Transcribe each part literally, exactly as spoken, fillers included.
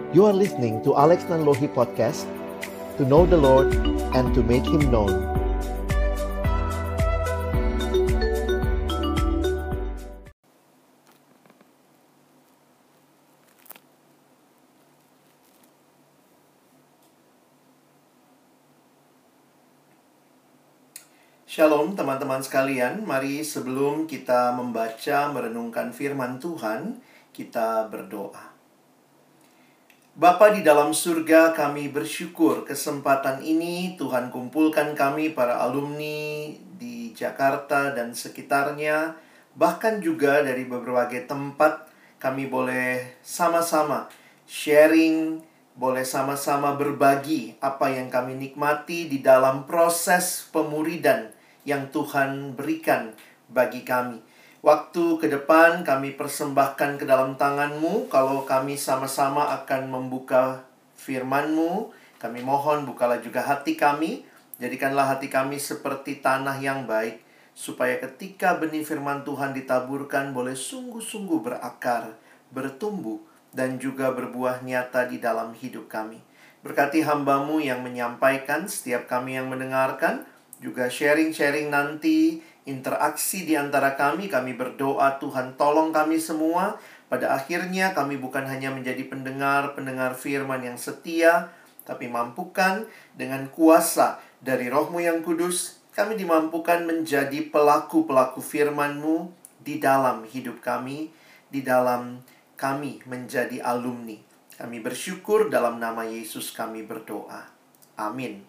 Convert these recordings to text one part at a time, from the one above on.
You are listening to Alex Nanlohi Podcast, to know the Lord and to make Him known. Shalom teman-teman sekalian, mari sebelum kita membaca merenungkan firman Tuhan, kita berdoa. Bapa di dalam surga, kami bersyukur kesempatan ini Tuhan kumpulkan kami para alumni di Jakarta dan sekitarnya, bahkan juga dari berbagai tempat kami boleh sama-sama sharing, boleh sama-sama berbagi apa yang kami nikmati di dalam proses pemuridan yang Tuhan berikan bagi kami. Waktu ke depan kami persembahkan ke dalam tangan-Mu. Kalau kami sama-sama akan membuka firman-Mu, kami mohon bukalah juga hati kami. Jadikanlah hati kami seperti tanah yang baik, supaya ketika benih firman Tuhan ditaburkan boleh sungguh-sungguh berakar, bertumbuh, dan juga berbuah nyata di dalam hidup kami. Berkati hamba-Mu yang menyampaikan, setiap kami yang mendengarkan, juga sharing-sharing nanti, interaksi di antara kami. Kami berdoa Tuhan tolong kami semua. Pada akhirnya kami bukan hanya menjadi pendengar-pendengar firman yang setia, tapi mampukan dengan kuasa dari Roh-Mu yang kudus, kami dimampukan menjadi pelaku-pelaku firman-Mu di dalam hidup kami, di dalam kami menjadi alumni. Kami bersyukur dalam nama Yesus kami berdoa. Amin.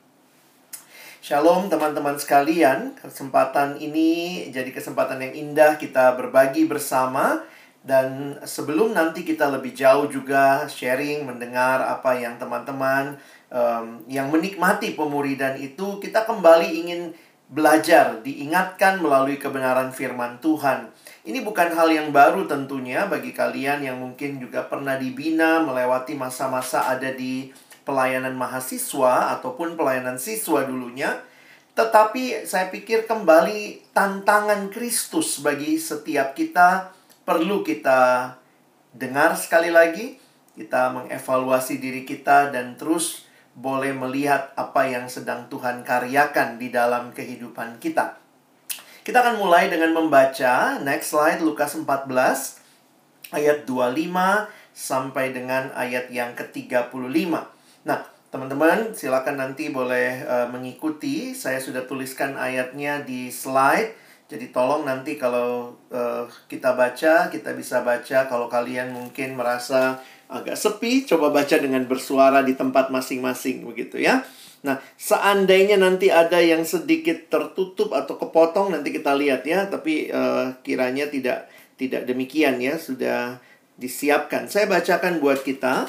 Shalom teman-teman sekalian, kesempatan ini jadi kesempatan yang indah kita berbagi bersama. Dan sebelum nanti kita lebih jauh juga sharing, mendengar apa yang teman-teman um, yang menikmati pemuridan itu, kita kembali ingin belajar, diingatkan melalui kebenaran firman Tuhan. Ini bukan hal yang baru tentunya bagi kalian yang mungkin juga pernah dibina, melewati masa-masa ada di pelayanan mahasiswa ataupun pelayanan siswa dulunya. Tetapi saya pikir kembali tantangan Kristus bagi setiap kita perlu kita dengar sekali lagi. Kita mengevaluasi diri kita dan terus boleh melihat apa yang sedang Tuhan karyakan di dalam kehidupan kita. Kita akan mulai dengan membaca, next slide, Lukas empat belas ayat dua puluh lima sampai dengan ayat yang ke tiga puluh lima. Nah, teman-teman silakan nanti boleh uh, mengikuti. Saya sudah tuliskan ayatnya di slide. Jadi tolong nanti kalau uh, kita baca, kita bisa baca. Kalau kalian mungkin merasa agak sepi, coba baca dengan bersuara di tempat masing-masing begitu ya. Nah, seandainya nanti ada yang sedikit tertutup atau kepotong, nanti kita lihat ya. Tapi uh, kiranya tidak tidak demikian ya, sudah disiapkan. Saya bacakan buat kita.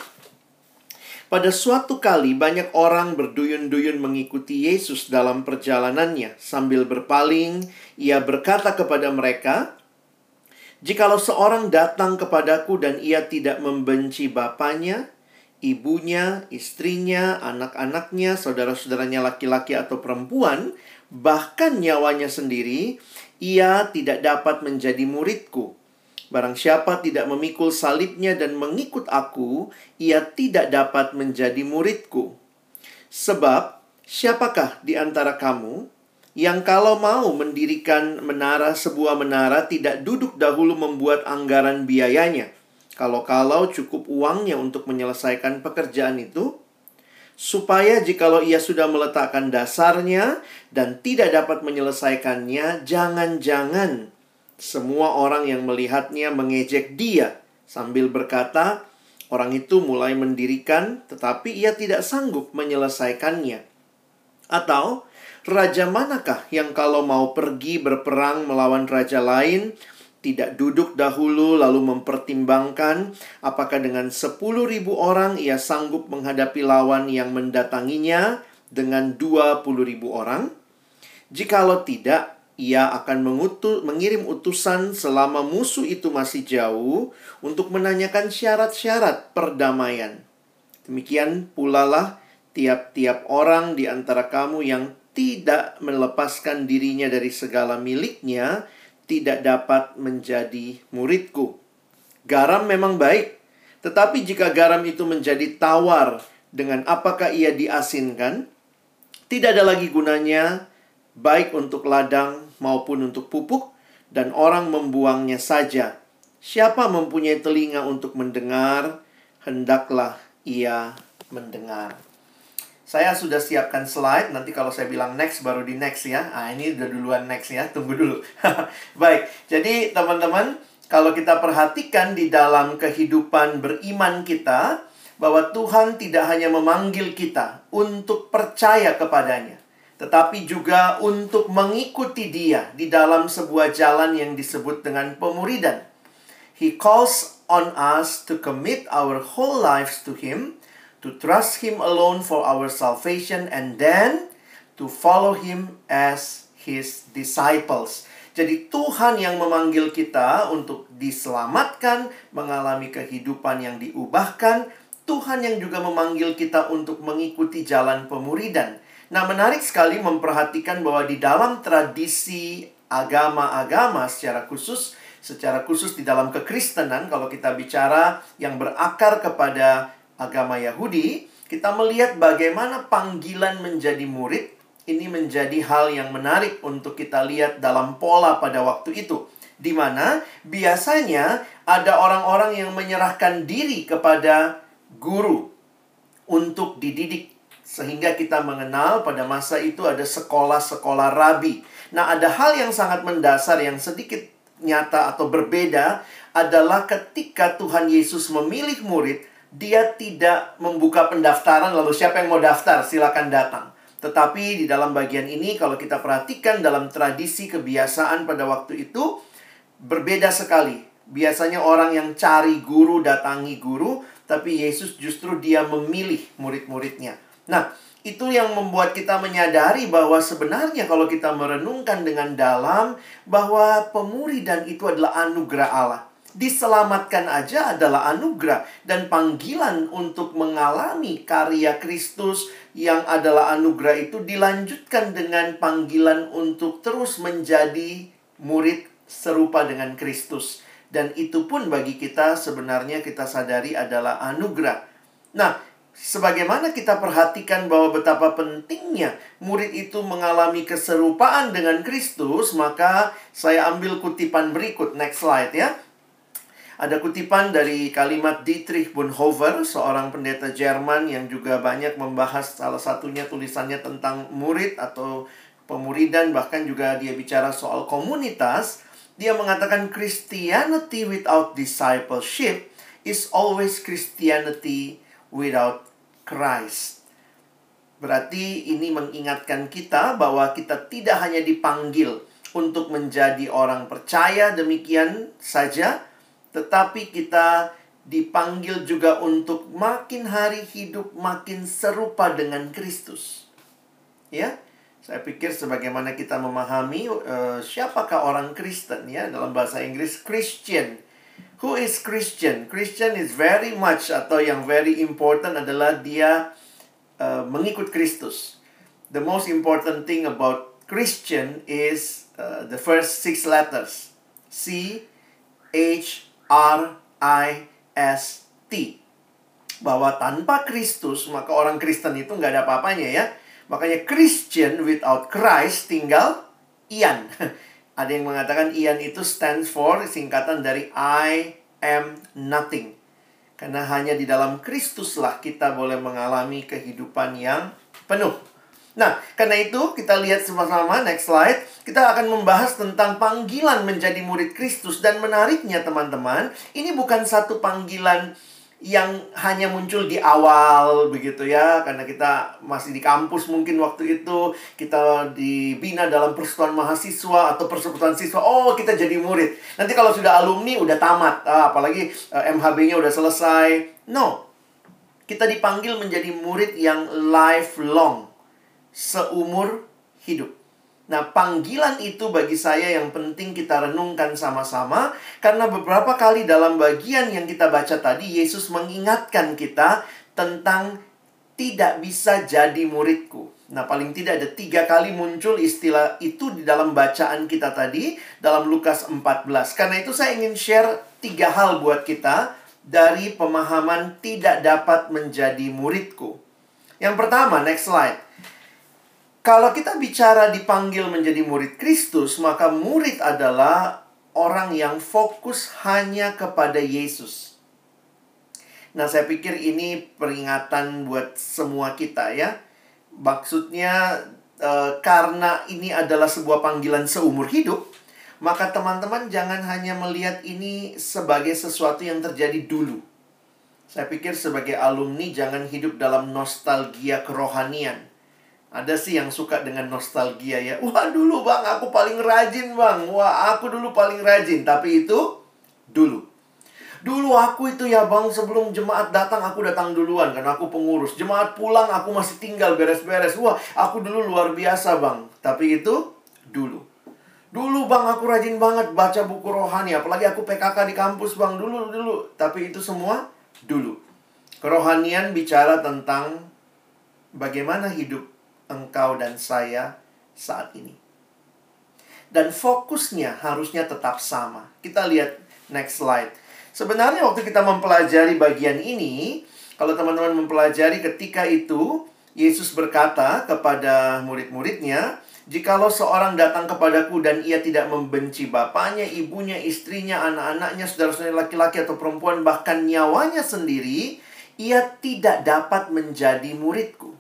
Pada suatu kali banyak orang berduyun-duyun mengikuti Yesus dalam perjalanannya. Sambil berpaling, ia berkata kepada mereka, "Jikalau seorang datang kepadaku dan ia tidak membenci bapaknya, ibunya, istrinya, anak-anaknya, saudara-saudaranya laki-laki atau perempuan, bahkan nyawanya sendiri, ia tidak dapat menjadi muridku. Barang siapa tidak memikul salibnya dan mengikut aku, ia tidak dapat menjadi muridku. Sebab, siapakah di antara kamu yang kalau mau mendirikan menara, sebuah menara, tidak duduk dahulu membuat anggaran biayanya? Kalau-kalau cukup uangnya untuk menyelesaikan pekerjaan itu, supaya jikalau ia sudah meletakkan dasarnya dan tidak dapat menyelesaikannya, jangan-jangan semua orang yang melihatnya mengejek dia sambil berkata, orang itu mulai mendirikan tetapi ia tidak sanggup menyelesaikannya. Atau, raja manakah yang kalau mau pergi berperang melawan raja lain, tidak duduk dahulu lalu mempertimbangkan apakah dengan sepuluh ribu orang ia sanggup menghadapi lawan yang mendatanginya dengan dua puluh ribu orang? Jikalau tidak, ia akan mengutus, mengirim utusan selama musuh itu masih jauh untuk menanyakan syarat-syarat perdamaian. Demikian pula lah tiap-tiap orang di antara kamu yang tidak melepaskan dirinya dari segala miliknya tidak dapat menjadi muridku. Garam memang baik, Tetapi jika garam itu menjadi tawar dengan apakah ia diasinkan, tidak ada lagi gunanya, baik untuk ladang maupun untuk pupuk, dan orang membuangnya saja. Siapa mempunyai telinga untuk mendengar, hendaklah ia mendengar. Saya sudah siapkan slide, nanti kalau saya bilang next baru di next ya. Ah, ini udah duluan next ya, tunggu dulu. Baik, jadi teman-teman, kalau kita perhatikan di dalam kehidupan beriman kita, bahwa Tuhan tidak hanya memanggil kita untuk percaya kepadanya, tetapi juga untuk mengikuti Dia di dalam sebuah jalan yang disebut dengan pemuridan. He calls on us to commit our whole lives to Him, to trust Him alone for our salvation, and then to follow Him as His disciples. Jadi Tuhan yang memanggil kita untuk diselamatkan, mengalami kehidupan yang diubahkan. Tuhan yang juga memanggil kita untuk mengikuti jalan pemuridan. Nah, menarik sekali memperhatikan bahwa di dalam tradisi agama-agama secara khusus, secara khusus di dalam kekristenan, kalau kita bicara yang berakar kepada agama Yahudi, kita melihat bagaimana panggilan menjadi murid ini menjadi hal yang menarik untuk kita lihat dalam pola pada waktu itu, di mana biasanya ada orang-orang yang menyerahkan diri kepada guru untuk dididik, sehingga kita mengenal pada masa itu ada sekolah-sekolah rabi. Nah, ada hal yang sangat mendasar yang sedikit nyata atau berbeda adalah ketika Tuhan Yesus memilih murid, Dia tidak membuka pendaftaran lalu siapa yang mau daftar silakan datang. Tetapi di dalam bagian ini kalau kita perhatikan dalam tradisi kebiasaan pada waktu itu berbeda sekali. Biasanya orang yang cari guru datangi guru, tapi Yesus justru Dia memilih murid-muridnya. Nah, itu yang membuat kita menyadari bahwa sebenarnya kalau kita merenungkan dengan dalam, bahwa pemuridan itu adalah anugerah Allah. Diselamatkan aja adalah anugerah, dan panggilan untuk mengalami karya Kristus yang adalah anugerah itu dilanjutkan dengan panggilan untuk terus menjadi murid serupa dengan Kristus. Dan itu pun bagi kita sebenarnya kita sadari adalah anugerah. Nah, sebagaimana kita perhatikan bahwa betapa pentingnya murid itu mengalami keserupaan dengan Kristus, maka saya ambil kutipan berikut, next slide ya. Ada kutipan dari kalimat Dietrich Bonhoeffer, seorang pendeta Jerman yang juga banyak membahas salah satunya tulisannya tentang murid atau pemuridan, bahkan juga dia bicara soal komunitas. Dia mengatakan Christianity without discipleship is always Christianity without Christ. Berarti ini mengingatkan kita bahwa kita tidak hanya dipanggil untuk menjadi orang percaya demikian saja, tetapi kita dipanggil juga untuk makin hari hidup makin serupa dengan Kristus. Ya, saya pikir sebagaimana kita memahami uh, siapakah orang Kristen ya, dalam bahasa Inggris Christian. Who is Christian? Christian is very much, atau yang very important adalah dia uh, mengikut Kristus. The most important thing about Christian is uh, the first six letters. C H R I S T. Bahwa tanpa Kristus, maka orang Kristen itu nggak ada apa-apanya ya. Makanya Christian without Christ tinggal Ian. Ada yang mengatakan Ian itu stands for, singkatan dari I am nothing. Karena hanya di dalam Kristuslah kita boleh mengalami kehidupan yang penuh. Nah, karena itu kita lihat sama-sama, next slide. Kita akan membahas tentang panggilan menjadi murid Kristus. Dan menariknya teman-teman, ini bukan satu panggilan yang hanya muncul di awal begitu ya. Karena kita masih di kampus mungkin waktu itu, kita dibina dalam persekutuan mahasiswa atau persekutuan siswa. Oh, kita jadi murid. Nanti kalau sudah alumni, udah tamat. Ah, apalagi uh, M H B-nya udah selesai. No. Kita dipanggil menjadi murid yang lifelong. Seumur hidup. Nah, panggilan itu bagi saya yang penting kita renungkan sama-sama. Karena beberapa kali dalam bagian yang kita baca tadi, Yesus mengingatkan kita tentang tidak bisa jadi muridku. Nah, paling tidak ada tiga kali muncul istilah itu di dalam bacaan kita tadi, dalam Lukas empat belas. Karena itu saya ingin share tiga hal buat kita dari pemahaman tidak dapat menjadi muridku. Yang pertama, next slide. Kalau kita bicara dipanggil menjadi murid Kristus, maka murid adalah orang yang fokus hanya kepada Yesus. Nah, saya pikir ini peringatan buat semua kita ya. Maksudnya, e, karena ini adalah sebuah panggilan seumur hidup, maka teman-teman jangan hanya melihat ini sebagai sesuatu yang terjadi dulu. Saya pikir sebagai alumni jangan hidup dalam nostalgia kerohanian. Ada sih yang suka dengan nostalgia ya. Wah dulu bang, aku paling rajin bang. Wah aku dulu paling rajin. Tapi itu dulu. Dulu aku itu ya bang, sebelum jemaat datang aku datang duluan. Karena aku pengurus. Jemaat pulang aku masih tinggal beres-beres. Wah aku dulu luar biasa bang. Tapi itu dulu. Dulu bang aku rajin banget baca buku rohani. Apalagi aku P K K di kampus bang. Dulu, dulu. Tapi itu semua dulu. Kerohanian bicara tentang bagaimana hidup engkau dan saya saat ini. Dan fokusnya harusnya tetap sama. Kita lihat next slide. Sebenarnya waktu kita mempelajari bagian ini, kalau teman-teman mempelajari ketika itu, Yesus berkata kepada murid-muridnya, "Jikalau seorang datang kepadaku dan ia tidak membenci bapaknya, ibunya, istrinya, anak-anaknya, saudara-saudara laki-laki atau perempuan, bahkan nyawanya sendiri, ia tidak dapat menjadi muridku."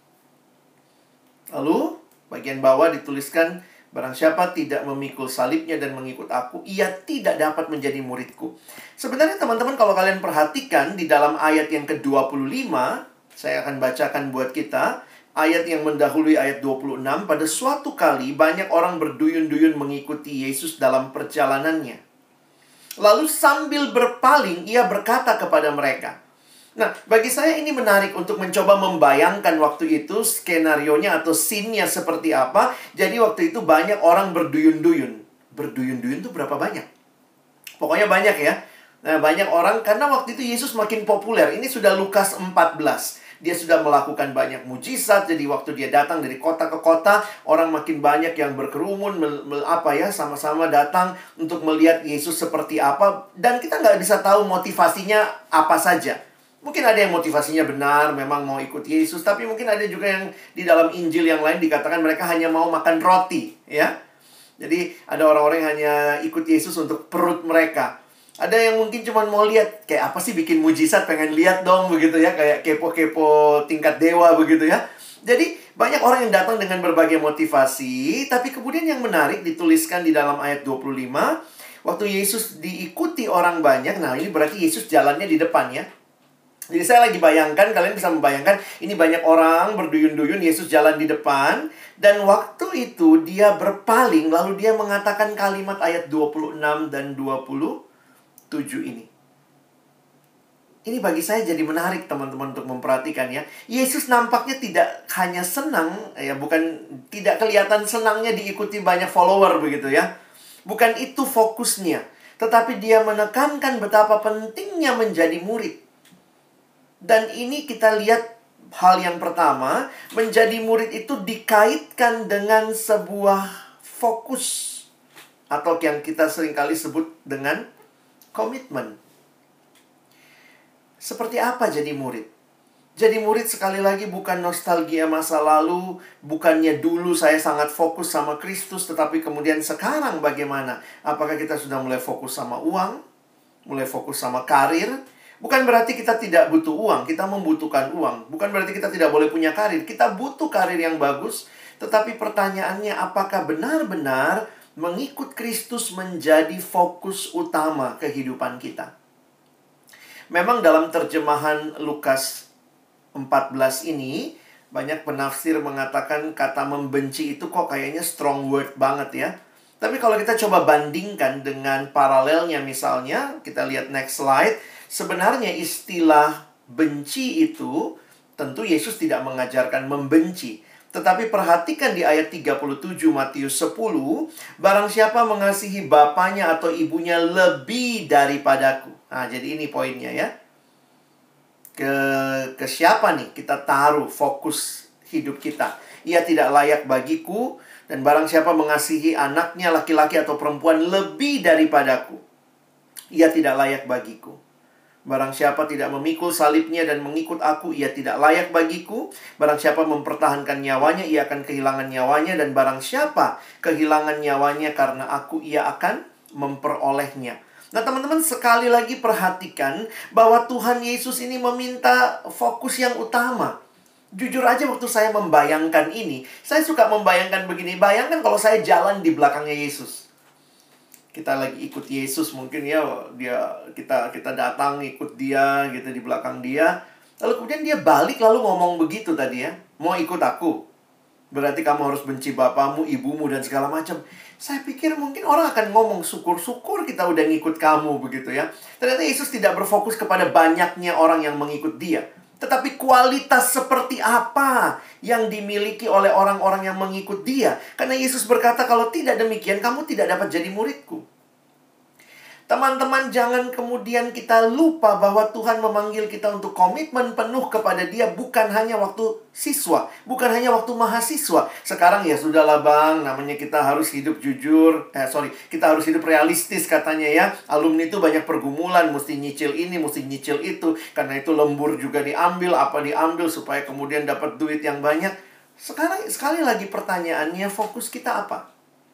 Lalu, bagian bawah dituliskan, "Barang siapa tidak memikul salibnya dan mengikut aku, ia tidak dapat menjadi muridku." Sebenarnya teman-teman kalau kalian perhatikan di dalam ayat yang ke dua puluh lima, saya akan bacakan buat kita, ayat yang mendahului ayat dua puluh enam, pada suatu kali banyak orang berduyun-duyun mengikuti Yesus dalam perjalanannya. Lalu sambil berpaling, ia berkata kepada mereka. Nah, bagi saya ini menarik untuk mencoba membayangkan waktu itu skenarionya atau scene-nya seperti apa. Jadi waktu itu banyak orang berduyun-duyun. Berduyun-duyun itu berapa banyak? Pokoknya banyak ya. Nah, banyak orang karena waktu itu Yesus makin populer. Ini sudah Lukas empat belas. Dia sudah melakukan banyak mujizat. Jadi waktu dia datang dari kota ke kota, orang makin banyak yang berkerumun mel, mel, apa ya, sama-sama datang untuk melihat Yesus seperti apa. Dan kita nggak bisa tahu motivasinya apa saja. Mungkin ada yang motivasinya benar, memang mau ikut Yesus. Tapi mungkin ada juga yang di dalam Injil yang lain dikatakan mereka hanya mau makan roti, ya. Jadi ada orang-orang yang hanya ikut Yesus untuk perut mereka. Ada yang mungkin cuma mau lihat, kayak apa sih bikin mujizat, pengen lihat dong, begitu ya. Kayak kepo-kepo tingkat dewa, begitu ya. Jadi banyak orang yang datang dengan berbagai motivasi. Tapi kemudian yang menarik dituliskan di dalam ayat dua puluh lima. Waktu Yesus diikuti orang banyak, nah ini berarti Yesus jalannya di depan ya. Jadi saya lagi bayangkan, kalian bisa membayangkan, ini banyak orang berduyun-duyun, Yesus jalan di depan. Dan waktu itu dia berpaling, lalu dia mengatakan kalimat ayat dua puluh enam dan dua puluh tujuh ini. Ini bagi saya jadi menarik teman-teman untuk memperhatikan ya. Yesus nampaknya tidak hanya senang, ya bukan tidak kelihatan senangnya diikuti banyak follower begitu ya. Bukan itu fokusnya. Tetapi dia menekankan betapa pentingnya menjadi murid. Dan ini kita lihat hal yang pertama, menjadi murid itu dikaitkan dengan sebuah fokus. Atau yang kita seringkali sebut dengan komitmen. Seperti apa jadi murid? Jadi murid sekali lagi bukan nostalgia masa lalu, bukannya dulu saya sangat fokus sama Kristus, tetapi kemudian sekarang bagaimana? Apakah kita sudah mulai fokus sama uang? Mulai fokus sama karir? Bukan berarti kita tidak butuh uang, kita membutuhkan uang. Bukan berarti kita tidak boleh punya karir, kita butuh karir yang bagus. Tetapi pertanyaannya, apakah benar-benar mengikut Kristus menjadi fokus utama kehidupan kita? Memang dalam terjemahan Lukas empat belas ini, banyak penafsir mengatakan kata membenci itu kok kayaknya strong word banget ya. Tapi kalau kita coba bandingkan dengan paralelnya misalnya, kita lihat next slide. Sebenarnya istilah benci itu, tentu Yesus tidak mengajarkan membenci. Tetapi perhatikan di ayat tiga puluh tujuh Matius sepuluh, barang siapa mengasihi bapaknya atau ibunya lebih daripadaku. Nah, jadi ini poinnya ya. Ke, ke siapa nih kita taruh fokus hidup kita? Ia tidak layak bagiku, dan barang siapa mengasihi anaknya laki-laki atau perempuan lebih daripadaku, ia tidak layak bagiku. Barang siapa tidak memikul salibnya dan mengikut aku, ia tidak layak bagiku. Barang siapa mempertahankan nyawanya, ia akan kehilangan nyawanya. Dan barang siapa kehilangan nyawanya karena aku, ia akan memperolehnya. Nah teman-teman, sekali lagi perhatikan bahwa Tuhan Yesus ini meminta fokus yang utama. Jujur aja waktu saya membayangkan ini, saya suka membayangkan begini. Bayangkan kalau saya jalan di belakangnya Yesus. Kita lagi ikut Yesus mungkin ya, dia kita kita datang ikut dia gitu di belakang dia. Lalu kemudian dia balik lalu ngomong begitu tadi ya, mau ikut aku, berarti kamu harus benci bapamu, ibumu dan segala macam. Saya pikir mungkin orang akan ngomong, syukur-syukur kita udah ngikut kamu begitu ya. Ternyata Yesus tidak berfokus kepada banyaknya orang yang mengikut dia, tetapi kualitas seperti apa yang dimiliki oleh orang-orang yang mengikut dia. Karena Yesus berkata, kalau tidak demikian, kamu tidak dapat jadi muridku. Teman-teman, jangan kemudian kita lupa bahwa Tuhan memanggil kita untuk komitmen penuh kepada dia. Bukan hanya waktu siswa, bukan hanya waktu mahasiswa. Sekarang ya sudahlah bang, namanya kita harus hidup jujur. Eh sorry, kita harus hidup realistis katanya ya. Alumni itu banyak pergumulan, mesti nyicil ini, mesti nyicil itu. Karena itu lembur juga diambil, apa diambil supaya kemudian dapat duit yang banyak. Sekarang sekali lagi pertanyaannya, fokus kita apa?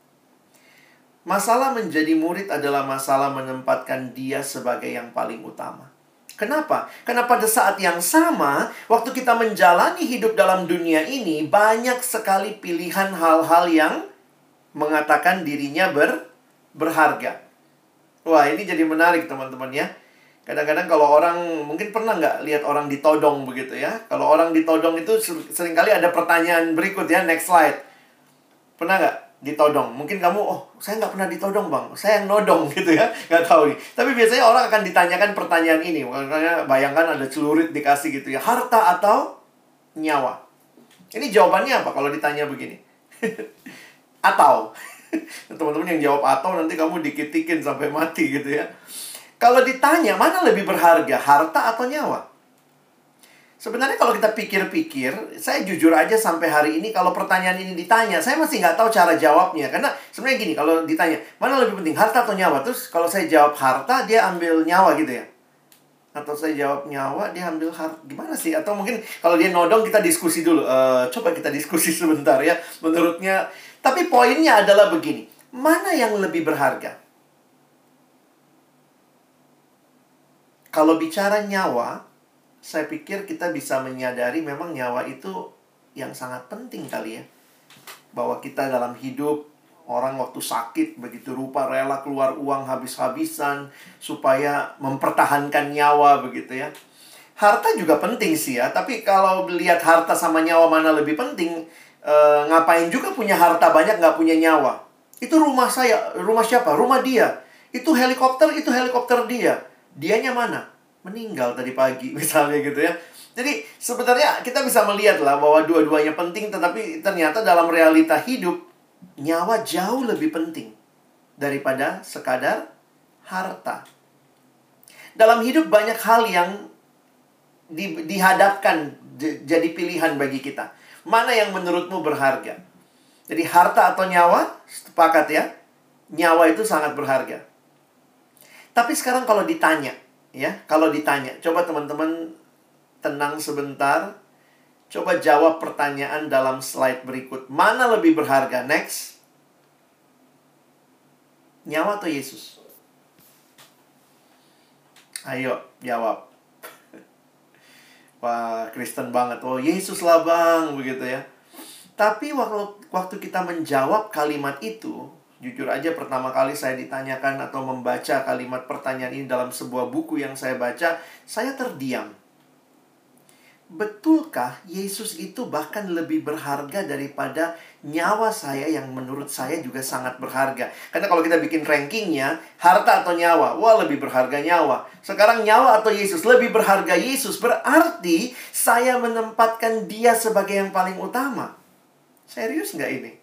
Masalah menjadi murid adalah masalah menempatkan dia sebagai yang paling utama. Kenapa? Karena pada saat yang sama, waktu kita menjalani hidup dalam dunia ini, banyak sekali pilihan hal-hal yang mengatakan dirinya ber, berharga. Wah, ini jadi menarik teman-teman ya. Kadang-kadang kalau orang, mungkin pernah nggak lihat orang ditodong begitu ya. Kalau orang ditodong itu seringkali ada pertanyaan berikut ya, next slide. Pernah nggak ditodong? Mungkin kamu, oh saya nggak pernah ditodong bang, saya yang nodong gitu ya, nggak tahu nih. Tapi biasanya orang akan ditanyakan pertanyaan ini. Makanya bayangkan ada celurit dikasih gitu ya, harta atau nyawa. Ini jawabannya apa kalau ditanya begini? Atau teman-teman yang jawab atau nanti kamu dikitikin sampai mati gitu ya. Kalau ditanya mana lebih berharga, harta atau nyawa? Sebenarnya kalau kita pikir-pikir, saya jujur aja sampai hari ini kalau pertanyaan ini ditanya, saya masih nggak tahu cara jawabnya. Karena sebenarnya gini, kalau ditanya, mana lebih penting, harta atau nyawa? Terus kalau saya jawab harta, dia ambil nyawa gitu ya? Atau saya jawab nyawa, dia ambil harta. Gimana sih? Atau mungkin kalau dia nodong, kita diskusi dulu. E, coba kita diskusi sebentar ya, menurutnya. Tapi poinnya adalah begini, mana yang lebih berharga? Kalau bicara nyawa, saya pikir kita bisa menyadari memang nyawa itu yang sangat penting kali ya. Bahwa kita dalam hidup, orang waktu sakit begitu rupa rela keluar uang habis-habisan supaya mempertahankan nyawa begitu ya. Harta juga penting sih ya, tapi kalau lihat harta sama nyawa mana lebih penting, eh, ngapain juga punya harta banyak nggak punya nyawa. Itu rumah saya, rumah siapa? Rumah dia. Itu helikopter, itu helikopter dia. Dianya mana? Meninggal tadi pagi misalnya gitu ya. Jadi sebenarnya kita bisa melihat lah bahwa dua-duanya penting, tetapi ternyata dalam realita hidup nyawa jauh lebih penting daripada sekadar harta. Dalam hidup banyak hal yang di, dihadapkan j- jadi pilihan bagi kita. Mana yang menurutmu berharga? Jadi harta atau nyawa? Sepakat ya. Nyawa itu sangat berharga. Tapi sekarang kalau ditanya, ya, kalau ditanya, coba teman-teman tenang sebentar. Coba jawab pertanyaan dalam slide berikut. Mana lebih berharga? Next. Nyawa atau Yesus? Ayo, jawab. Wah, Kristen banget. Oh, Yesus lah bang, begitu ya. Tapi waktu, waktu kita menjawab kalimat itu, jujur aja pertama kali saya ditanyakan atau membaca kalimat pertanyaan ini dalam sebuah buku yang saya baca, saya terdiam. Betulkah Yesus itu bahkan lebih berharga daripada nyawa saya yang menurut saya juga sangat berharga? Karena kalau kita bikin rankingnya, harta atau nyawa? Wah, lebih berharga nyawa. Sekarang nyawa atau Yesus? Lebih berharga Yesus. Berarti saya menempatkan dia sebagai yang paling utama. Serius nggak ini?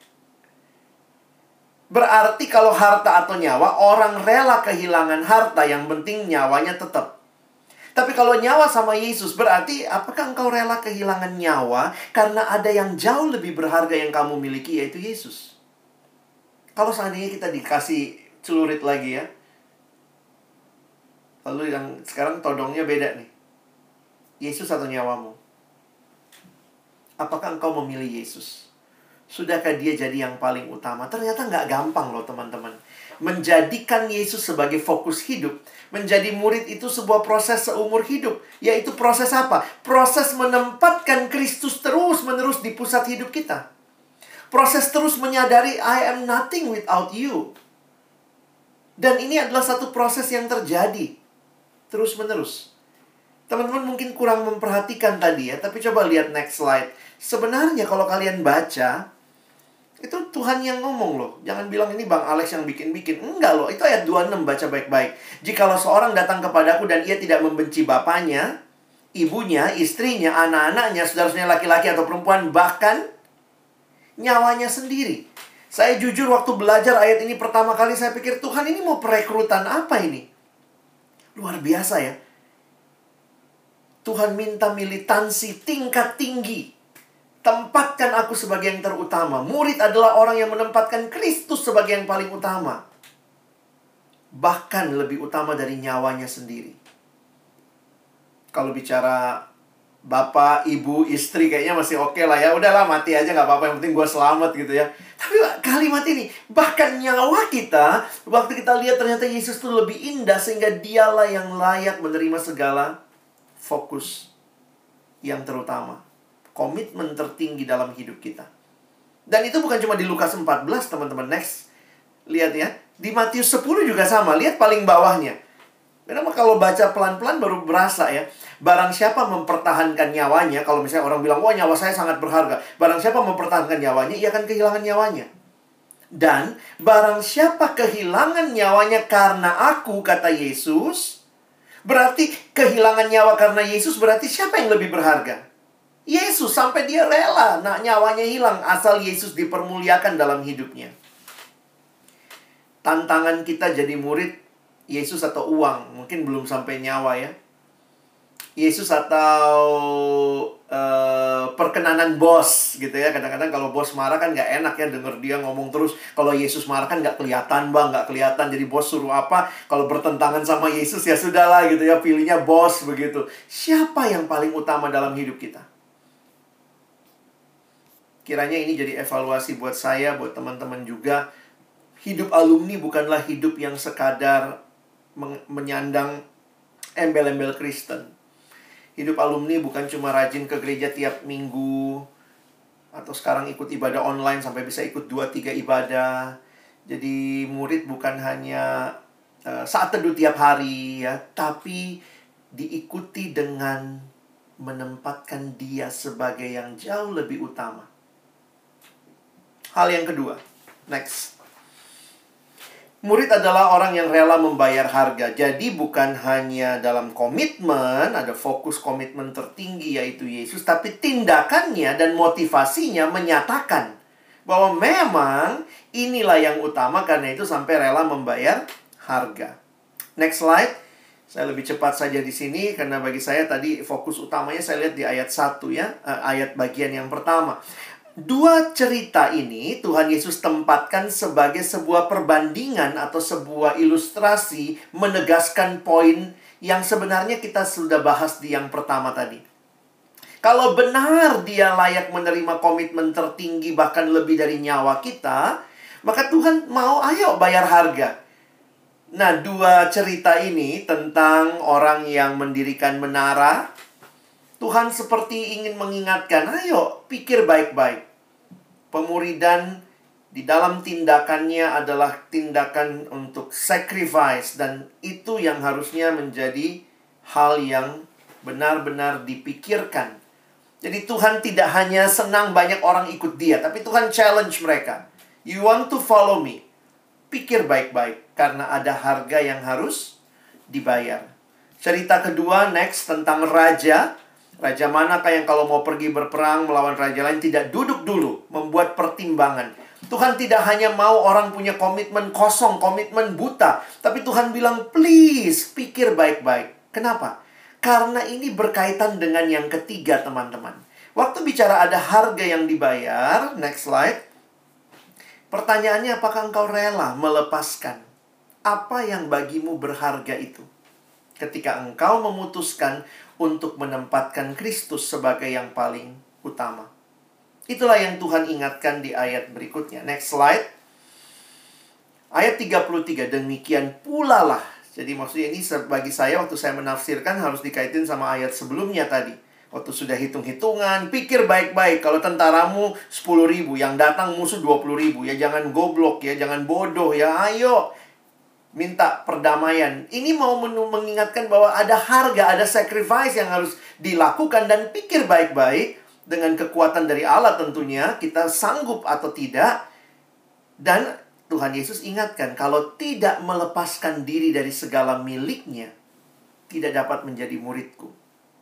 Berarti kalau harta atau nyawa, orang rela kehilangan harta, yang penting nyawanya tetap. Tapi kalau nyawa sama Yesus, berarti apakah engkau rela kehilangan nyawa karena ada yang jauh lebih berharga yang kamu miliki, yaitu Yesus? Kalau seandainya kita dikasih celurit lagi ya, Lalu yang sekarang todongnya beda nih. Yesus atau nyawamu? Apakah engkau memilih Yesus? Sudahkah dia jadi yang paling utama? Ternyata nggak gampang loh teman-teman. Menjadikan Yesus sebagai fokus hidup, menjadi murid itu sebuah proses seumur hidup. Yaitu proses apa? Proses menempatkan Kristus terus-menerus di pusat hidup kita. Proses terus menyadari I am nothing without you. Dan ini adalah satu proses yang terjadi terus-menerus. Teman-teman mungkin kurang memperhatikan tadi ya, tapi coba lihat next slide. Sebenarnya kalau kalian baca, itu Tuhan yang ngomong loh. Jangan bilang ini Bang Alex yang bikin-bikin. Enggak loh, itu ayat dua puluh enam, baca baik-baik. Jikalau seorang datang kepadaku dan ia tidak membenci bapaknya, ibunya, istrinya, anak-anaknya, saudara-saudaranya laki-laki atau perempuan, bahkan nyawanya sendiri. Saya jujur waktu belajar ayat ini pertama kali saya pikir, Tuhan ini mau perekrutan apa ini? Luar biasa ya. Tuhan minta militansi tingkat tinggi. Tempatkan aku sebagai yang terutama. Murid adalah orang yang menempatkan Kristus sebagai yang paling utama. Bahkan lebih utama dari nyawanya sendiri. Kalau bicara bapak, ibu, istri kayaknya masih oke lah ya. Udahlah mati aja gak apa-apa, yang penting gue selamat gitu ya. Tapi kalimat ini, bahkan nyawa kita, waktu kita lihat ternyata Yesus itu lebih indah, sehingga dialah yang layak menerima segala fokus yang terutama. Komitmen tertinggi dalam hidup kita. Dan itu bukan cuma di Lukas empat belas teman-teman. Next, lihat ya. Di Matius sepuluh juga sama, lihat paling bawahnya. Kenapa kalau baca pelan-pelan baru berasa ya. Barang siapa mempertahankan nyawanya, kalau misalnya orang bilang, wah nyawa saya sangat berharga. Barang siapa mempertahankan nyawanya, ia akan kehilangan nyawanya. Dan barang siapa kehilangan nyawanya karena aku, kata Yesus, berarti kehilangan nyawa karena Yesus berarti siapa yang lebih berharga? Yesus, sampai dia rela nah nyawanya hilang asal Yesus dipermuliakan dalam hidupnya. Tantangan kita jadi murid, Yesus atau uang? Mungkin belum sampai nyawa ya. Yesus atau uh, perkenanan bos gitu ya. Kadang-kadang kalau bos marah kan gak enak ya, denger dia ngomong terus. Kalau Yesus marah kan gak kelihatan bang, gak kelihatan. Jadi bos suruh apa, kalau bertentangan sama Yesus ya sudahlah gitu ya, pilihnya bos begitu. Siapa yang paling utama dalam hidup kita? Kiranya ini jadi evaluasi buat saya, buat teman-teman juga. Hidup alumni bukanlah hidup yang sekadar menyandang embel-embel Kristen. Hidup alumni bukan cuma rajin ke gereja tiap minggu, atau sekarang ikut ibadah online sampai bisa ikut dua tiga ibadah. Jadi murid bukan hanya uh, saat teduh tiap hari ya, tapi diikuti dengan menempatkan dia sebagai yang jauh lebih utama. Hal yang kedua, next. Murid adalah orang yang rela membayar harga. Jadi bukan hanya dalam komitmen, ada fokus komitmen tertinggi yaitu Yesus, tapi tindakannya dan motivasinya menyatakan bahwa memang inilah yang utama, karena itu sampai rela membayar harga. Next slide. Saya lebih cepat saja di sini karena bagi saya tadi fokus utamanya saya lihat di ayat satu ya, ayat bagian yang pertama. Dua cerita ini Tuhan Yesus tempatkan sebagai sebuah perbandingan atau sebuah ilustrasi menegaskan poin yang sebenarnya kita sudah bahas di yang pertama tadi. Kalau benar dia layak menerima komitmen tertinggi bahkan lebih dari nyawa kita, maka Tuhan mau ayo bayar harga. Nah, dua cerita ini tentang orang yang mendirikan menara, Tuhan seperti ingin mengingatkan, ayo pikir baik-baik. Pemuridan di dalam tindakannya adalah tindakan untuk sacrifice, dan itu yang harusnya menjadi hal yang benar-benar dipikirkan. Jadi Tuhan tidak hanya senang banyak orang ikut dia, tapi Tuhan challenge mereka. You want to follow me? Pikir baik-baik, karena ada harga yang harus dibayar. Cerita kedua, next, tentang raja. Raja manakah yang kalau mau pergi berperang melawan raja lain tidak duduk dulu, membuat pertimbangan. Tuhan tidak hanya mau orang punya komitmen kosong, komitmen buta. Tapi Tuhan bilang, please, pikir baik-baik. Kenapa? Karena ini berkaitan dengan yang ketiga, teman-teman. Waktu bicara ada harga yang dibayar, next slide. Pertanyaannya, apakah engkau rela melepaskan apa yang bagimu berharga itu? ketika engkau memutuskan untuk menempatkan Kristus sebagai yang paling utama. Itulah yang Tuhan ingatkan di ayat berikutnya. Next slide. Ayat tiga puluh tiga, demikian pula lah. Jadi maksudnya ini bagi saya waktu saya menafsirkan harus dikaitin sama ayat sebelumnya tadi. Waktu sudah hitung-hitungan, pikir baik-baik. Kalau tentaramu sepuluh ribu, yang datang musuh dua puluh ribu. Ya jangan goblok ya, jangan bodoh ya. Ayo, minta perdamaian. Ini mau mengingatkan bahwa ada harga, ada sacrifice yang harus dilakukan. Dan pikir baik-baik, dengan kekuatan dari Allah tentunya, kita sanggup atau tidak. Dan Tuhan Yesus ingatkan, kalau tidak melepaskan diri dari segala miliknya, tidak dapat menjadi muridku.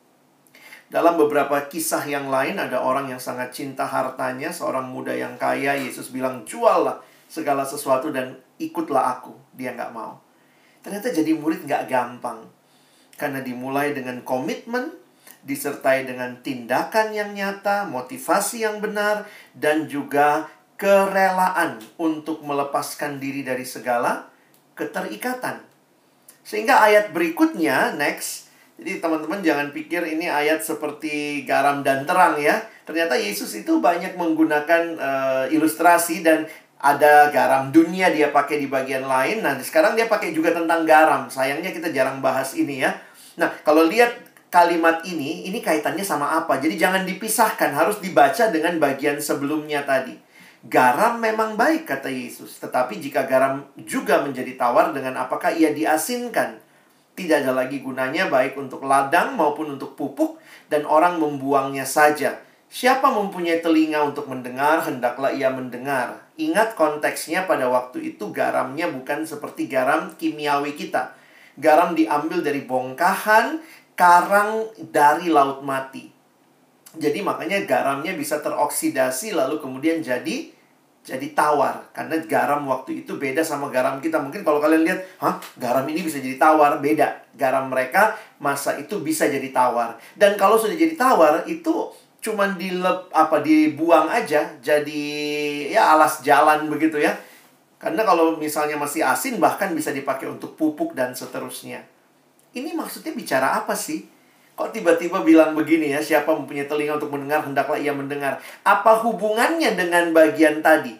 Dalam beberapa kisah yang lain, ada orang yang sangat cinta hartanya, seorang muda yang kaya. Yesus bilang, juallah segala sesuatu dan ikutlah aku. Dia nggak mau. Ternyata jadi murid nggak gampang. Karena dimulai dengan komitmen, disertai dengan tindakan yang nyata, motivasi yang benar, dan juga kerelaan untuk melepaskan diri dari segala keterikatan. Sehingga ayat berikutnya, next. Jadi teman-teman jangan pikir ini ayat seperti garam dan terang ya. Ternyata Yesus itu banyak menggunakan uh, ilustrasi dan ada garam dunia dia pakai di bagian lain. Nah sekarang dia pakai juga tentang garam. Sayangnya kita jarang bahas ini ya. Nah kalau lihat kalimat ini, ini kaitannya sama apa? Jadi jangan dipisahkan, harus dibaca dengan bagian sebelumnya tadi. Garam memang baik kata Yesus. Tetapi jika garam juga menjadi tawar, dengan apakah ia diasinkan? Tidak ada lagi gunanya baik untuk ladang maupun untuk pupuk, dan orang membuangnya saja. Siapa mempunyai telinga untuk mendengar, hendaklah ia mendengar. Ingat konteksnya pada waktu itu garamnya bukan seperti garam kimiawi kita. Garam diambil dari bongkahan karang dari laut mati. Jadi makanya garamnya bisa teroksidasi lalu kemudian jadi jadi tawar. Karena garam waktu itu beda sama garam kita. Mungkin kalau kalian lihat, hah, garam ini bisa jadi tawar. Beda. Garam mereka masa itu bisa jadi tawar. Dan kalau sudah jadi tawar, itu cuman dilep, apa, dibuang aja. Jadi ya alas jalan begitu ya. Karena kalau misalnya masih asin, bahkan bisa dipakai untuk pupuk dan seterusnya. Ini maksudnya bicara apa sih? Kok tiba-tiba bilang begini ya, siapa mempunyai telinga untuk mendengar, hendaklah ia mendengar. Apa hubungannya dengan bagian tadi?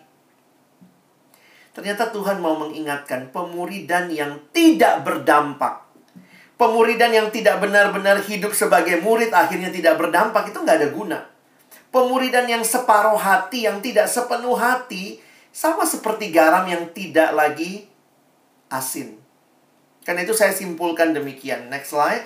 Ternyata Tuhan mau mengingatkan pemuridan yang tidak berdampak. Pemuridan yang tidak benar-benar hidup sebagai murid akhirnya tidak berdampak, itu nggak ada guna. Pemuridan yang separuh hati, yang tidak sepenuh hati, sama seperti garam yang tidak lagi asin. Karena itu saya simpulkan demikian. Next slide.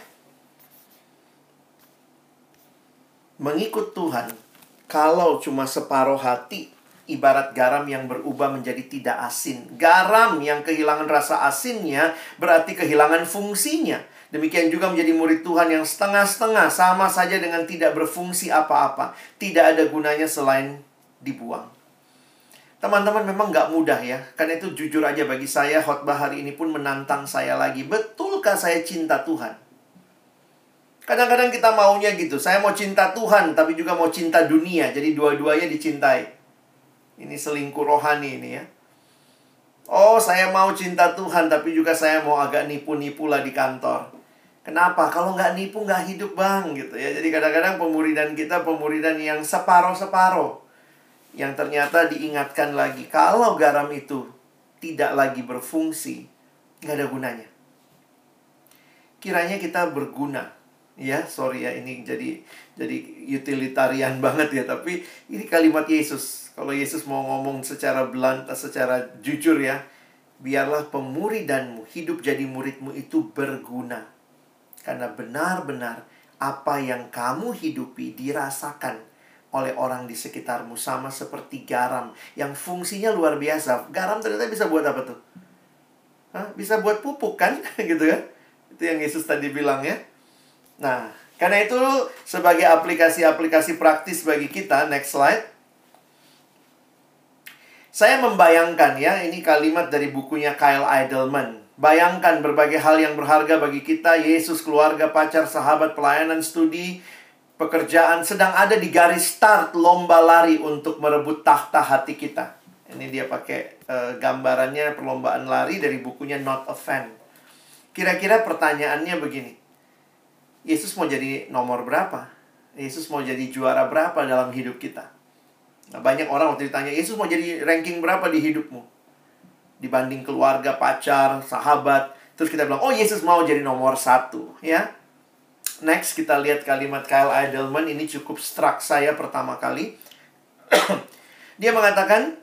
Mengikut Tuhan, kalau cuma separuh hati, ibarat garam yang berubah menjadi tidak asin. Garam yang kehilangan rasa asinnya berarti kehilangan fungsinya. Demikian juga menjadi murid Tuhan yang setengah-setengah, sama saja dengan tidak berfungsi apa-apa. Tidak ada gunanya selain dibuang. Teman-teman memang nggak mudah ya. Karena itu jujur aja bagi saya, khotbah hari ini pun menantang saya lagi. Betulkah saya cinta Tuhan? Kadang-kadang kita maunya gitu. Saya mau cinta Tuhan, tapi juga mau cinta dunia. Jadi dua-duanya dicintai. Ini selingkuh rohani ini ya. Oh, saya mau cinta Tuhan, tapi juga saya mau agak nipu-nipu lah di kantor. Kenapa? Kalau nggak nipu, nggak hidup bang gitu ya. Jadi kadang-kadang pemuridan kita, pemuridan yang separoh-separoh. Yang ternyata diingatkan lagi, kalau garam itu tidak lagi berfungsi, nggak ada gunanya. Kiranya kita berguna. Ya, sorry ya, ini jadi jadi utilitarian banget ya. Tapi ini kalimat Yesus. Kalau Yesus mau ngomong secara blunt, secara jujur ya, biarlah pemuridanmu, hidup jadi muridmu itu berguna. Karena benar-benar apa yang kamu hidupi dirasakan oleh orang di sekitarmu, sama seperti garam yang fungsinya luar biasa. Garam ternyata bisa buat apa tuh? Hah? Bisa buat pupuk kan? Gitu kan? Itu yang Yesus tadi bilang ya. Nah, karena itu sebagai aplikasi-aplikasi praktis bagi kita, next slide. Saya membayangkan ya, ini kalimat dari bukunya Kyle Idleman. Bayangkan berbagai hal yang berharga bagi kita, Yesus, keluarga, pacar, sahabat, pelayanan, studi, pekerjaan, sedang ada di garis start lomba lari untuk merebut tahta hati kita. Ini dia pakai uh, gambarannya perlombaan lari dari bukunya Not a Fan. Kira-kira pertanyaannya begini. Yesus mau jadi nomor berapa? Yesus mau jadi juara berapa dalam hidup kita? Nah, banyak orang waktu ditanya, Yesus mau jadi ranking berapa di hidupmu? Dibanding keluarga, pacar, sahabat. Terus kita bilang, oh Yesus mau jadi nomor satu. Ya. Next, kita lihat kalimat Kyle Idleman. Ini cukup struck saya pertama kali. Dia mengatakan,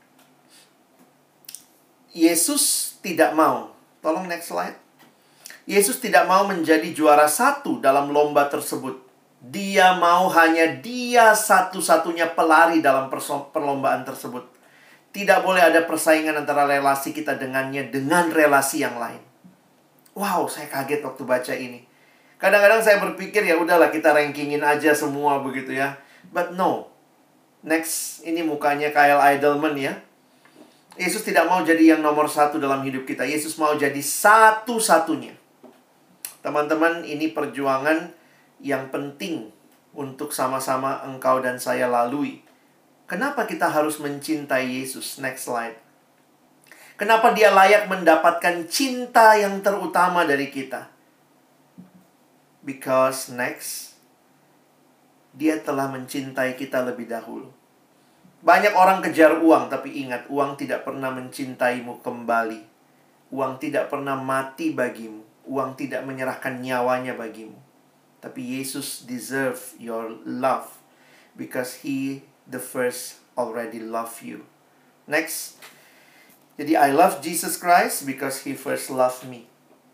Yesus tidak mau. Tolong next slide. Yesus tidak mau menjadi juara satu dalam lomba tersebut. Dia mau hanya dia satu-satunya pelari dalam perlombaan tersebut. Tidak boleh ada persaingan antara relasi kita dengannya dengan relasi yang lain. Wow, saya kaget waktu baca ini. Kadang-kadang saya berpikir, ya udahlah kita rankingin aja semua begitu ya. But no. Next, ini mukanya Kyle Idleman ya. Yesus tidak mau jadi yang nomor satu dalam hidup kita. Yesus mau jadi satu-satunya. Teman-teman, ini perjuangan yang penting untuk sama-sama engkau dan saya lalui. Kenapa kita harus mencintai Yesus? Next slide. Kenapa dia layak mendapatkan cinta yang terutama dari kita? Because next, dia telah mencintai kita lebih dahulu. Banyak orang kejar uang, tapi ingat, uang tidak pernah mencintaimu kembali. Uang tidak pernah mati bagimu. Uang tidak menyerahkan nyawanya bagimu. Tapi Yesus deserve your love because He the first already love you. Next. Jadi I love Jesus Christ because He first loved me.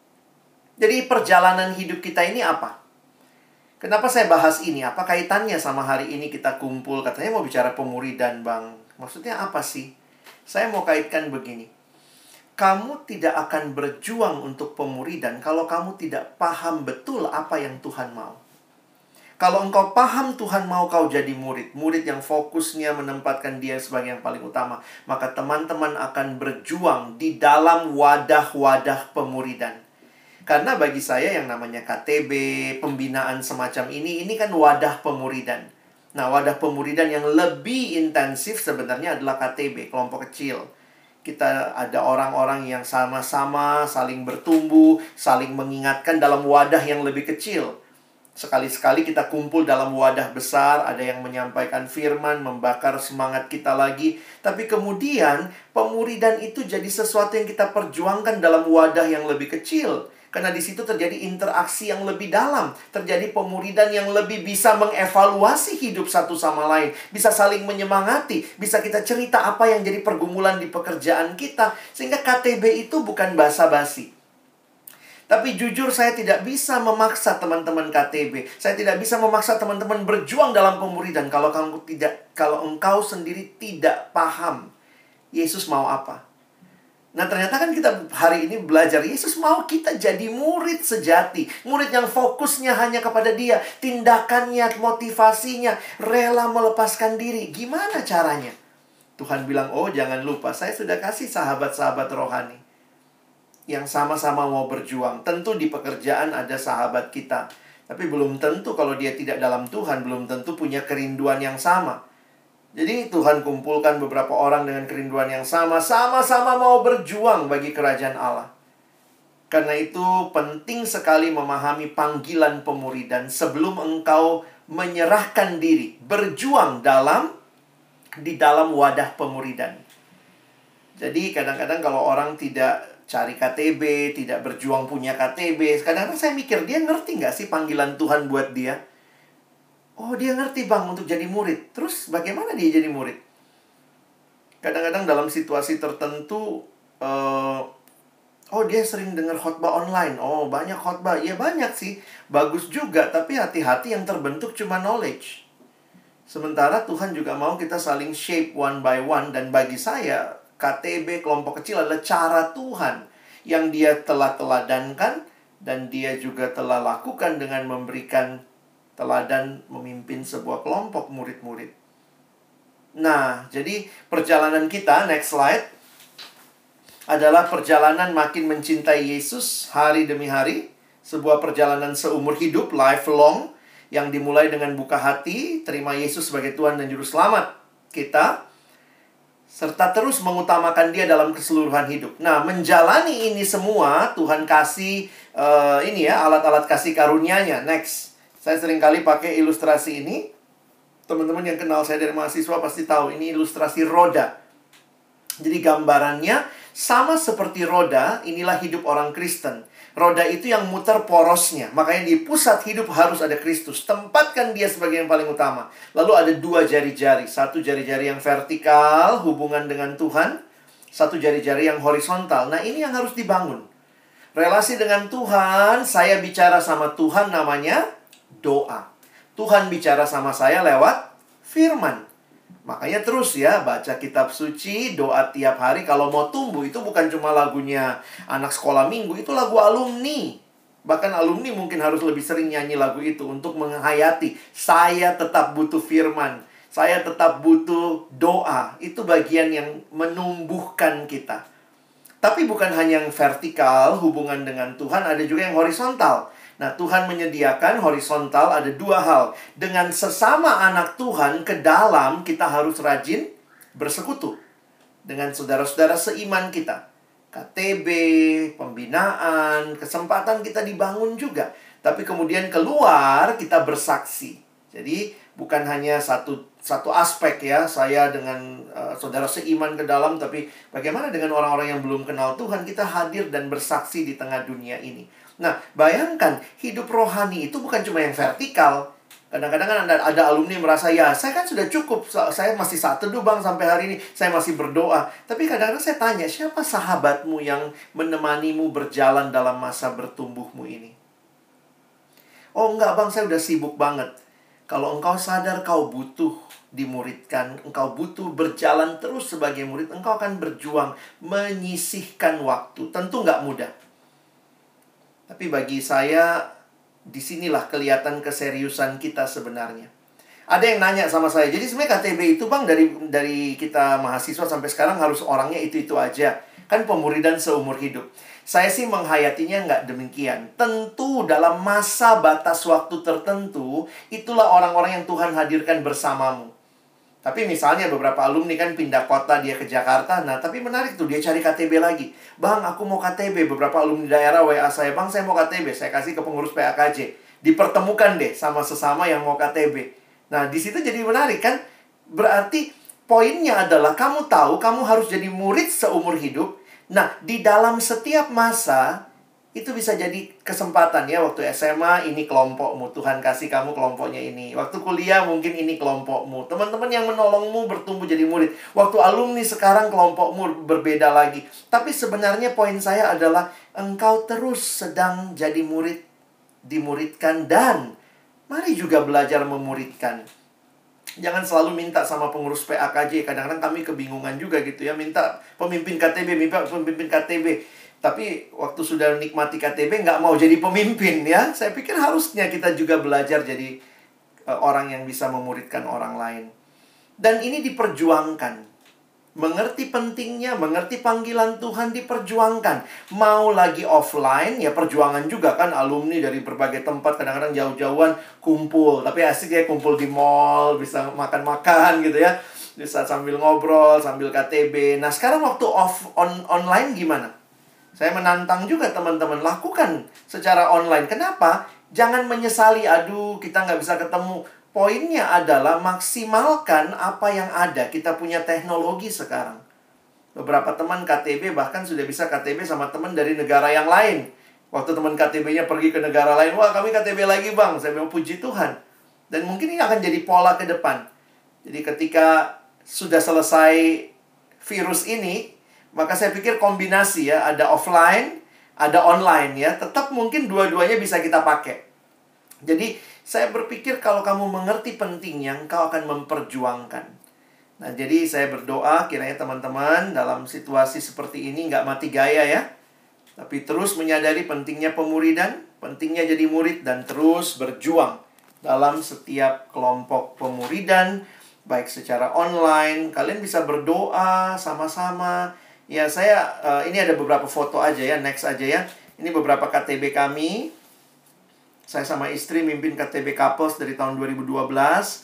Jadi perjalanan hidup kita ini apa? Kenapa saya bahas ini? Apa kaitannya sama hari ini kita kumpul? Katanya mau bicara pemuridan, Bang. Maksudnya apa sih? Saya mau kaitkan begini. Kamu tidak akan berjuang untuk pemuridan kalau kamu tidak paham betul apa yang Tuhan mau. Kalau engkau paham Tuhan mau kau jadi murid, murid yang fokusnya menempatkan dia sebagai yang paling utama, maka teman-teman akan berjuang di dalam wadah-wadah pemuridan. Karena bagi saya yang namanya K T B, pembinaan semacam ini, ini kan wadah pemuridan. Nah, wadah pemuridan yang lebih intensif sebenarnya adalah K T B, kelompok kecil. Kita ada orang-orang yang sama-sama saling bertumbuh, saling mengingatkan dalam wadah yang lebih kecil. Sekali-sekali kita kumpul dalam wadah besar, ada yang menyampaikan firman, membakar semangat kita lagi. Tapi kemudian, pemuridan itu jadi sesuatu yang kita perjuangkan dalam wadah yang lebih kecil. Karena di situ terjadi interaksi yang lebih dalam. Terjadi pemuridan yang lebih bisa mengevaluasi hidup satu sama lain. Bisa saling menyemangati. Bisa kita cerita apa yang jadi pergumulan di pekerjaan kita. Sehingga K T B itu bukan basa-basi. Tapi jujur saya tidak bisa memaksa teman-teman K T B. Saya tidak bisa memaksa teman-teman berjuang dalam pemuridan kalau kamu tidak, kalau engkau sendiri tidak paham Yesus mau apa. Nah, ternyata kan kita hari ini belajar Yesus mau kita jadi murid sejati, murid yang fokusnya hanya kepada Dia, tindakannya, motivasinya, rela melepaskan diri. Gimana caranya? Tuhan bilang, "Oh, jangan lupa, saya sudah kasih sahabat-sahabat rohani yang sama-sama mau berjuang." Tentu di pekerjaan ada sahabat kita. Tapi belum tentu kalau dia tidak dalam Tuhan, belum tentu punya kerinduan yang sama. Jadi Tuhan kumpulkan beberapa orang dengan kerinduan yang sama, sama-sama mau berjuang bagi kerajaan Allah. Karena itu penting sekali memahami panggilan pemuridan sebelum engkau menyerahkan diri, berjuang dalam di dalam wadah pemuridan. Jadi kadang-kadang kalau orang tidak cari K T B, tidak berjuang punya K T B, kadang-kadang saya mikir, dia ngerti nggak sih panggilan Tuhan buat dia? Oh, dia ngerti, Bang, untuk jadi murid. Terus bagaimana dia jadi murid? Kadang-kadang dalam situasi tertentu, uh, oh, dia sering dengar khotbah online. Oh, banyak khotbah. Ya banyak sih, bagus juga. Tapi hati-hati, yang terbentuk cuma knowledge. Sementara Tuhan juga mau kita saling shape one by one. Dan bagi saya, K T B, kelompok kecil adalah cara Tuhan yang Dia telah teladankan dan Dia juga telah lakukan dengan memberikan teladan memimpin sebuah kelompok murid-murid. Nah, jadi perjalanan kita, next slide, adalah perjalanan makin mencintai Yesus hari demi hari. Sebuah perjalanan seumur hidup, lifelong, yang dimulai dengan buka hati, terima Yesus sebagai Tuhan dan Juru Selamat kita. serta terus mengutamakan Dia dalam keseluruhan hidup. Nah, menjalani ini semua, Tuhan kasih uh, ini ya, alat-alat kasih karunia-Nya. Next. Saya seringkali pakai ilustrasi ini. Teman-teman yang kenal saya dari mahasiswa pasti tahu, ini ilustrasi roda. Jadi gambarannya sama seperti roda, inilah hidup orang Kristen. Roda itu yang muter porosnya. Makanya di pusat hidup harus ada Kristus. Tempatkan Dia sebagai yang paling utama. Lalu ada dua jari-jari. Satu jari-jari yang vertikal, hubungan dengan Tuhan. Satu jari-jari yang horizontal. Nah, ini yang harus dibangun. Relasi dengan Tuhan, saya bicara sama Tuhan namanya doa. Tuhan bicara sama saya lewat firman. Makanya terus ya, baca kitab suci, doa tiap hari. Kalau mau tumbuh, itu bukan cuma lagunya anak sekolah minggu, itu lagu alumni. Bahkan alumni mungkin harus lebih sering nyanyi lagu itu untuk menghayati. Saya tetap butuh firman. Saya tetap butuh doa. Itu bagian yang menumbuhkan kita. Tapi bukan hanya yang vertikal, hubungan dengan Tuhan, ada juga yang horizontal. Nah, Tuhan menyediakan horizontal ada dua hal. Dengan sesama anak Tuhan ke dalam, kita harus rajin bersekutu dengan saudara-saudara seiman kita. K T B, pembinaan, kesempatan kita dibangun juga. Tapi kemudian keluar, kita bersaksi. Jadi, bukan hanya satu satu aspek ya, saya dengan uh, saudara seiman ke dalam, tapi bagaimana dengan orang-orang yang belum kenal Tuhan, kita hadir dan bersaksi di tengah dunia ini. Nah, bayangkan, hidup rohani itu bukan cuma yang vertikal. Kadang-kadang kan ada, ada alumni merasa, ya saya kan sudah cukup, saya masih saat teduh bang sampai hari ini, saya masih berdoa. Tapi kadang-kadang saya tanya, siapa sahabatmu yang menemanimu berjalan dalam masa bertumbuhmu ini? Oh enggak bang, saya udah sibuk banget. Kalau engkau sadar kau butuh dimuridkan, engkau butuh berjalan terus sebagai murid, engkau akan berjuang menyisihkan waktu. Tentu nggak mudah. Tapi bagi saya, disinilah kelihatan keseriusan kita sebenarnya. Ada yang nanya sama saya, jadi sebenarnya K T B itu bang, dari dari kita mahasiswa sampai sekarang harus orangnya itu-itu aja. Kan pemuridan seumur hidup. Saya sih menghayatinya nggak demikian. Tentu dalam masa batas waktu tertentu, itulah orang-orang yang Tuhan hadirkan bersamamu. Tapi misalnya beberapa alumni kan pindah kota, dia ke Jakarta. Nah, tapi menarik tuh, dia cari K T B lagi. Bang, aku mau K T B. Beberapa alumni daerah W A saya, bang, saya mau K T B. Saya kasih ke pengurus P A K J. Dipertemukan deh sama sesama yang mau K T B. Nah, di situ jadi menarik kan? Berarti poinnya adalah kamu tahu kamu harus jadi murid seumur hidup. Nah, di dalam setiap masa, itu bisa jadi kesempatan ya. Waktu S M A, ini kelompokmu. Tuhan kasih kamu kelompoknya ini. Waktu kuliah, mungkin ini kelompokmu. Teman-teman yang menolongmu bertumbuh jadi murid. Waktu alumni, sekarang kelompokmu berbeda lagi. Tapi sebenarnya poin saya adalah, engkau terus sedang jadi murid, dimuridkan, dan mari juga belajar memuridkan. Jangan selalu minta sama pengurus P A K J. Kadang-kadang kami kebingungan juga gitu ya. Minta pemimpin K T B, minta pemimpin K T B. Tapi waktu sudah nikmati K T B, nggak mau jadi pemimpin ya. Saya pikir harusnya kita juga belajar jadi uh, orang yang bisa memuridkan orang lain. Dan ini diperjuangkan. Mengerti pentingnya, mengerti panggilan Tuhan diperjuangkan. Mau lagi offline, ya perjuangan juga kan. Alumni dari berbagai tempat, kadang-kadang jauh-jauhan kumpul. Tapi asik ya, kumpul di mall, bisa makan-makan gitu ya. Bisa sambil ngobrol, sambil K T B. Nah sekarang waktu off on, online gimana? Saya menantang juga teman-teman, lakukan secara online. Kenapa? Jangan menyesali, aduh kita nggak bisa ketemu. Poinnya adalah maksimalkan apa yang ada. Kita punya teknologi sekarang. Beberapa teman K T B bahkan sudah bisa K T B sama teman dari negara yang lain. Waktu teman K T B-nya pergi ke negara lain, wah kami K T B lagi bang. Saya bilang puji Tuhan. Dan mungkin ini akan jadi pola ke depan. Jadi ketika sudah selesai virus ini, maka saya pikir kombinasi ya. Ada offline, ada online ya. Tetap mungkin dua-duanya bisa kita pakai. Jadi saya berpikir kalau kamu mengerti pentingnya, engkau akan memperjuangkan. Nah, jadi saya berdoa kiranya teman-teman dalam situasi seperti ini nggak mati gaya ya. Tapi terus menyadari pentingnya pemuridan, pentingnya jadi murid, dan terus berjuang dalam setiap kelompok pemuridan, baik secara online. Kalian bisa berdoa sama-sama. Ya, saya, uh, ini ada beberapa foto aja ya, next aja ya. Ini beberapa K T B kami. Saya sama istri mimpin K T B Couples dari tahun dua ribu dua belas.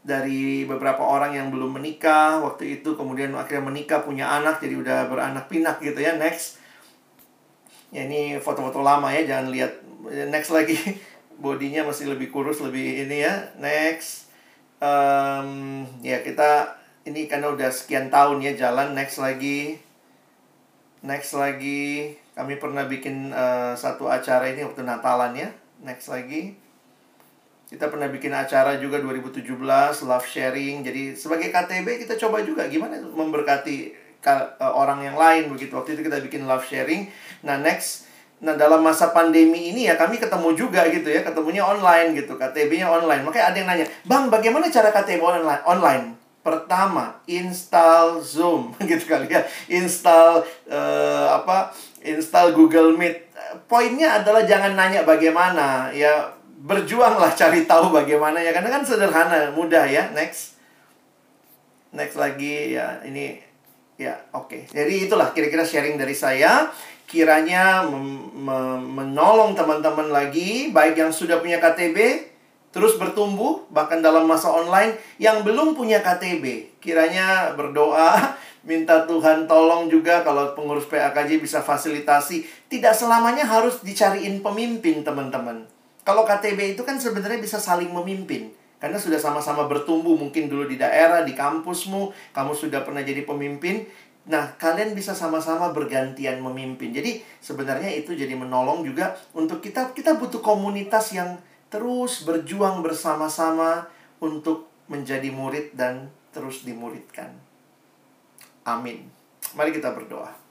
dari beberapa orang yang belum menikah waktu itu, kemudian akhirnya menikah, punya anak, jadi udah beranak pinak gitu ya. Next. Ya, ini foto-foto lama ya, jangan lihat. Next lagi. Bodinya masih lebih kurus, lebih ini ya. Next. um, Ya, kita ini karena udah sekian tahun ya jalan. Next lagi. Next lagi. Kami pernah bikin uh, satu acara ini waktu Natalan ya. Next lagi. Kita pernah bikin acara juga dua ribu tujuh belas, love sharing. Jadi sebagai K T B kita coba juga gimana memberkati orang yang lain begitu. Waktu itu kita bikin love sharing. Nah, next. Nah, dalam masa pandemi ini ya kami ketemu juga gitu ya. Ketemunya online gitu, K T B-nya online. Makanya ada yang nanya, "Bang, bagaimana cara K T B online?" Pertama, install Zoom gitu kali ya. Install uh, apa? Install Google Meet. Poinnya adalah jangan nanya bagaimana ya. Berjuanglah cari tahu bagaimana ya, karena kan sederhana, mudah ya. Next. Next lagi ya, ini ya, oke. Okay. Jadi itulah kira-kira sharing dari saya. Kiranya menolong teman-teman lagi, baik yang sudah punya K T B terus bertumbuh bahkan dalam masa online, yang belum punya K T B. Kiranya berdoa, minta Tuhan tolong juga kalau pengurus P A K J bisa fasilitasi. Tidak selamanya harus dicariin pemimpin, teman-teman. Kalau K T B itu kan sebenarnya bisa saling memimpin. Karena sudah sama-sama bertumbuh mungkin dulu di daerah, di kampusmu. Kamu sudah pernah jadi pemimpin. Nah, kalian bisa sama-sama bergantian memimpin. Jadi sebenarnya itu jadi menolong juga untuk kita. Kita butuh komunitas yang terus berjuang bersama-sama untuk menjadi murid dan terus dimuridkan. Amin. Mari kita berdoa.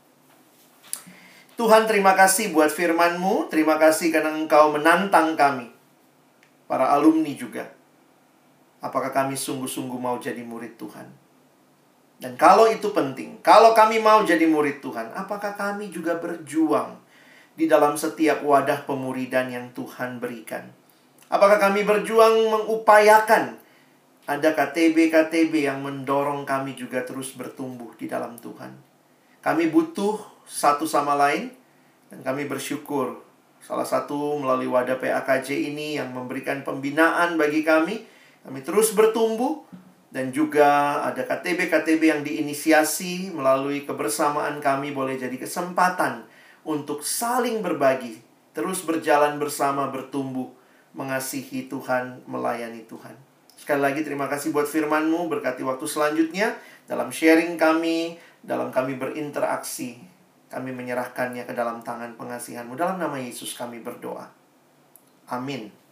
Tuhan, terima kasih buat firman-Mu. Terima kasih karena Engkau menantang kami, para alumni juga. Apakah kami sungguh-sungguh mau jadi murid Tuhan? Dan kalau itu penting, kalau kami mau jadi murid Tuhan, apakah kami juga berjuang di dalam setiap wadah pemuridan yang Tuhan berikan? Apakah kami berjuang mengupayakan ada K T B-K T B yang mendorong kami juga terus bertumbuh di dalam Tuhan? Kami butuh satu sama lain, dan kami bersyukur salah satu melalui wadah P A K J ini yang memberikan pembinaan bagi kami. Kami terus bertumbuh, dan juga ada K T B-K T B yang diinisiasi melalui kebersamaan kami boleh jadi kesempatan untuk saling berbagi, terus berjalan bersama, bertumbuh, mengasihi Tuhan, melayani Tuhan. Sekali lagi terima kasih buat firman-Mu, berkati waktu selanjutnya dalam sharing kami, dalam kami berinteraksi. Kami menyerahkannya ke dalam tangan pengasihan-Mu. Dalam nama Yesus kami berdoa. Amin.